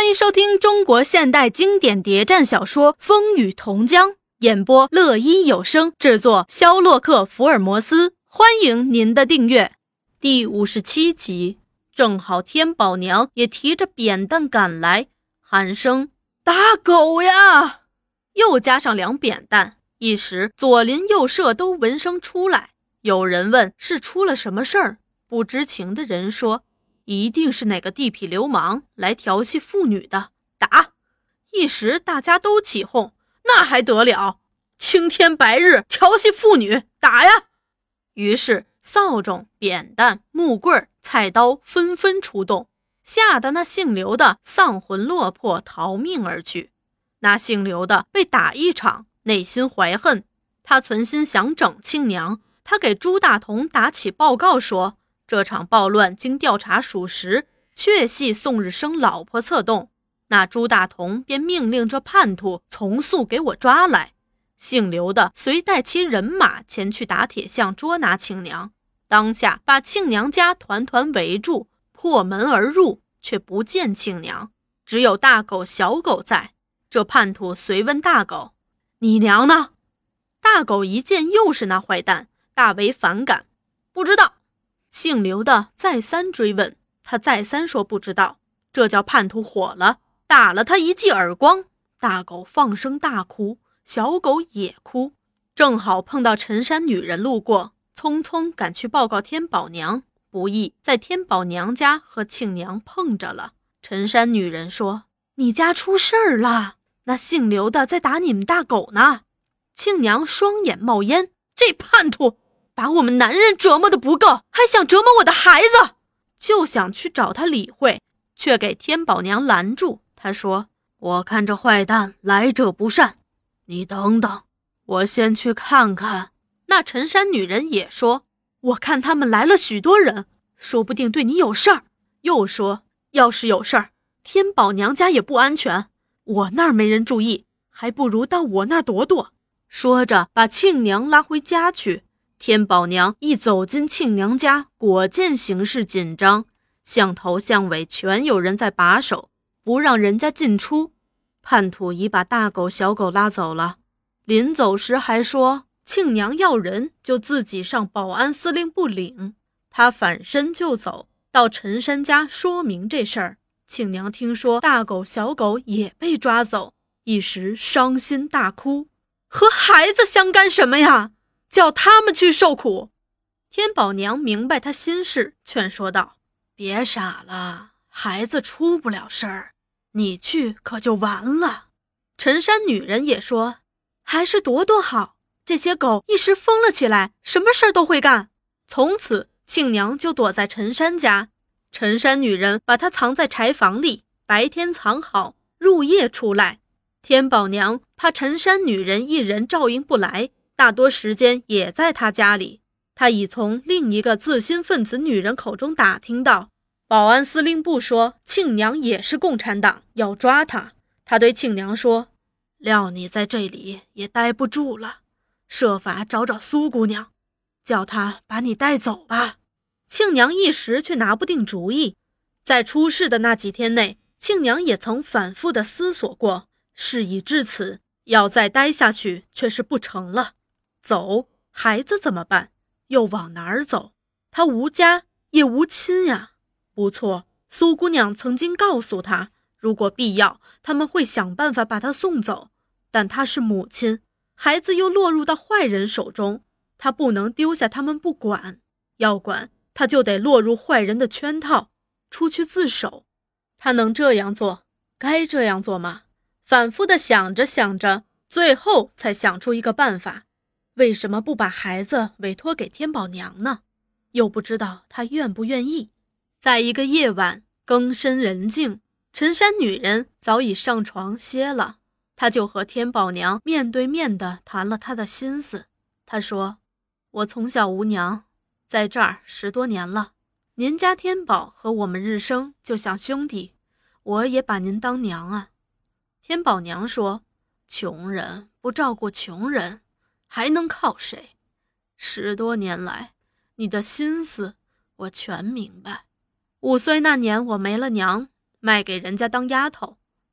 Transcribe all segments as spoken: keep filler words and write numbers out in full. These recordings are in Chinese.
迎收听中国现代经典谍战小说《风雨同江》，演播乐一有声，制作肖洛克福尔摩斯。欢迎您的订阅。第五十七集，正好天宝娘也提着扁担赶来，喊声打狗呀，又加上两扁担，一时左邻右舍都闻声出来。有人问是出了什么事儿，不知情的人说一定是哪个地痞流氓来调戏妇女的，打！一时大家都起哄，那还得了，青天白日调戏妇女，打呀！于是扫帚、扁担、木棍、菜刀纷纷出动，吓得那姓刘的丧魂落魄，逃命而去。那姓刘的被打一场，内心怀恨，他存心想整亲娘，他给朱大同打起报告说，这场暴乱经调查属实，确系宋日生老婆策动。那朱大同便命令这叛徒从速给我抓来。姓刘的随带其人马前去打铁巷捉拿庆娘，当下把庆娘家团团围住，破门而入，却不见庆娘，只有大狗小狗在。这叛徒随问大狗，你娘呢？大狗一见又是那坏蛋，大为反感，不知道。姓刘的再三追问，他再三说不知道。这叫叛徒火了，打了他一记耳光，大狗放声大哭，小狗也哭。正好碰到陈山女人路过，匆匆赶去报告天宝娘，不意在天宝娘家和庆娘碰着了。陈山女人说，你家出事儿了，那姓刘的在打你们大狗呢。庆娘双眼冒烟，这叛徒把我们男人折磨的不够，还想折磨我的孩子，就想去找他理会，却给天宝娘拦住。他说，我看这坏蛋来者不善，你等等，我先去看看。那陈山女人也说，我看他们来了许多人，说不定对你有事儿。又说，要是有事儿，天宝娘家也不安全，我那儿没人注意，还不如到我那儿躲躲。说着把庆娘拉回家去。天宝娘一走进庆娘家，果见形势紧张，巷头巷尾全有人在把守，不让人家进出。叛徒已把大狗小狗拉走了，临走时还说庆娘要人就自己上保安司令部领。他反身就走到陈山家说明这事儿。庆娘听说大狗小狗也被抓走，一时伤心大哭，和孩子相干什么呀，叫他们去受苦。天宝娘明白他心事，劝说道，别傻了，孩子出不了事儿，你去可就完了。陈山女人也说，还是躲躲好，这些狗一时疯了起来，什么事儿都会干。从此庆娘就躲在陈山家，陈山女人把她藏在柴房里，白天藏好，入夜出来。天宝娘怕陈山女人一人照应不来，大多时间也在她家里。她已从另一个自新分子女人口中打听到，保安司令部说庆娘也是共产党，要抓她。她对庆娘说，料你在这里也待不住了，设法找找苏姑娘，叫她把你带走吧。庆娘一时却拿不定主意。在出事的那几天内，庆娘也曾反复地思索过，事已至此，要再待下去却是不成了。走，孩子怎么办？又往哪儿走？他无家也无亲呀。不错，苏姑娘曾经告诉他，如果必要，他们会想办法把他送走。但他是母亲，孩子又落入到坏人手中，他不能丢下他们不管，要管他就得落入坏人的圈套，出去自首。他能这样做，该这样做吗？反复地想着想着，最后才想出一个办法，为什么不把孩子委托给天宝娘呢？又不知道他愿不愿意。在一个夜晚，更深人静，陈山女人早已上床歇了，他就和天宝娘面对面地谈了他的心思。他说，我从小无娘，在这儿十多年了，您家天宝和我们日升就像兄弟，我也把您当娘啊。天宝娘说，穷人不照顾穷人，还能靠谁？十多年来，你的心思我全明白。五岁那年我没了娘，卖给人家当丫头，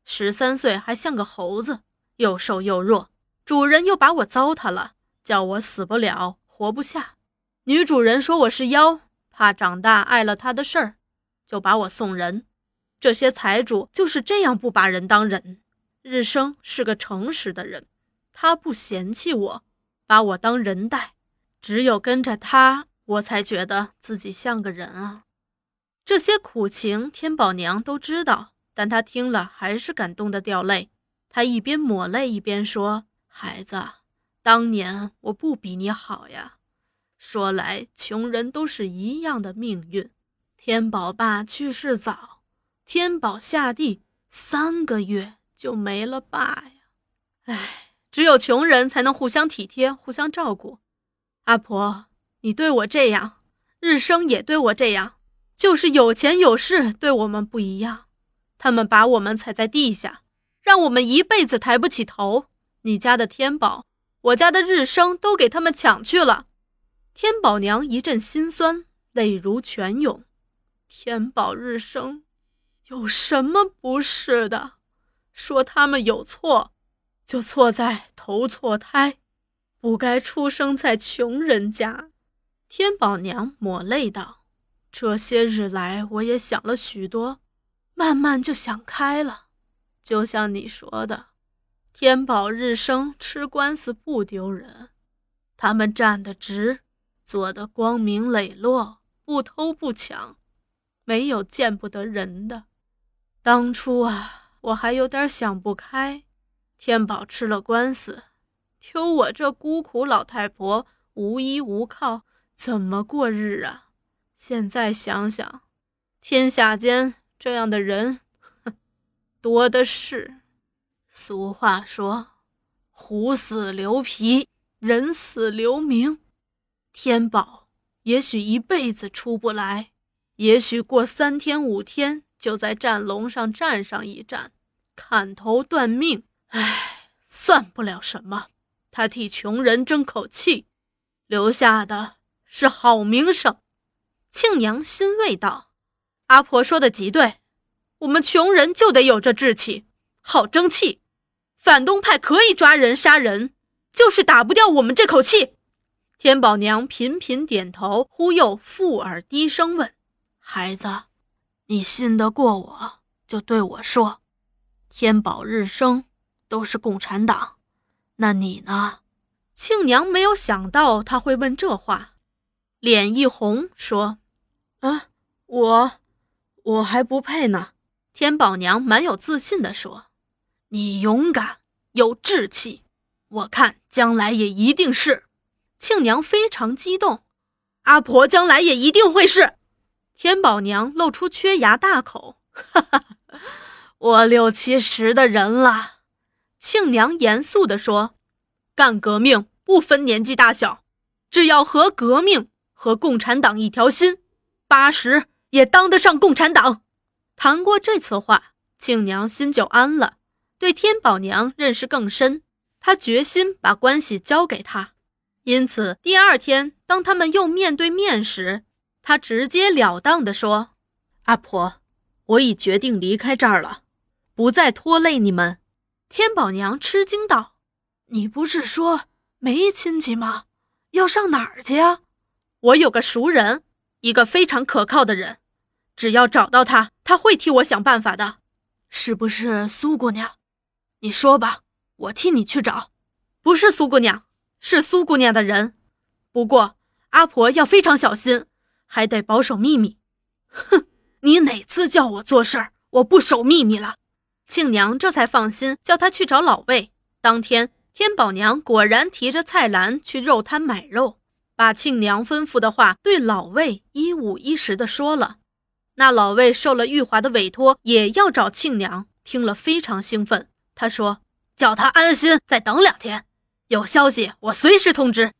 十三岁还像个猴子，又瘦又弱，主人又把我糟蹋了，叫我死不了活不下。女主人说我是妖，怕长大碍了她的事儿，就把我送人。这些财主就是这样不把人当人。日升是个诚实的人，他不嫌弃我，把我当人待，只有跟着他，我才觉得自己像个人啊。这些苦情天宝娘都知道，但她听了还是感动得掉泪。她一边抹泪一边说，孩子，当年我不比你好呀。说来穷人都是一样的命运，天宝爸去世早，天宝下地三个月就没了爸呀。唉，只有穷人才能互相体贴，互相照顾。阿婆，你对我这样，日升也对我这样，就是有钱有势对我们不一样。他们把我们踩在地下，让我们一辈子抬不起头。你家的天宝，我家的日升都给他们抢去了。天宝娘一阵心酸，泪如泉涌。天宝日升有什么不是的？说他们有错，就错在投错胎，不该出生在穷人家。天宝娘抹泪道，这些日来我也想了许多，慢慢就想开了。就像你说的，天宝日升吃官司不丢人，他们站得直，做得光明磊落，不偷不抢，没有见不得人的。当初啊，我还有点想不开，天宝吃了官司，丢我这孤苦老太婆无依无靠，怎么过日啊？现在想想，天下间这样的人多的是。俗话说，虎死留皮，人死留名。天宝也许一辈子出不来，也许过三天五天就在战龙上站上一站，砍头断命。唉，算不了什么，他替穷人争口气，留下的是好名声。庆娘欣慰道，阿婆说的极对，我们穷人就得有这志气，好争气。反动派可以抓人杀人，就是打不掉我们这口气。天宝娘频频点头，忽又附耳低声问，孩子，你信得过我，就对我说，天宝日升都是共产党，那你呢？庆娘没有想到他会问这话，脸一红说，啊，我我还不配呢。天宝娘蛮有自信地说，你勇敢有志气，我看将来也一定是。庆娘非常激动，阿婆将来也一定会是。天宝娘露出缺牙大口，哈哈，我六七十的人了。庆娘严肃地说，干革命不分年纪大小，只要和革命和共产党一条心，八十也当得上共产党。谈过这次话，庆娘心就安了，对天宝娘认识更深，她决心把关系交给她。因此第二天当他们又面对面时，她直截了当地说，阿婆，我已决定离开这儿了，不再拖累你们。天宝娘吃惊道，你不是说没亲戚吗？要上哪儿去啊？我有个熟人，一个非常可靠的人，只要找到他，他会替我想办法的。是不是苏姑娘？你说吧，我替你去找。不是苏姑娘，是苏姑娘的人。不过阿婆要非常小心，还得保守秘密。哼，你哪次叫我做事儿，我不守秘密了？庆娘这才放心，叫她去找老魏。当天天宝娘果然提着菜篮去肉摊买肉，把庆娘吩咐的话对老魏一五一十地说了。那老魏受了玉华的委托，也要找庆娘，听了非常兴奋。他说，叫他安心再等两天，有消息我随时通知。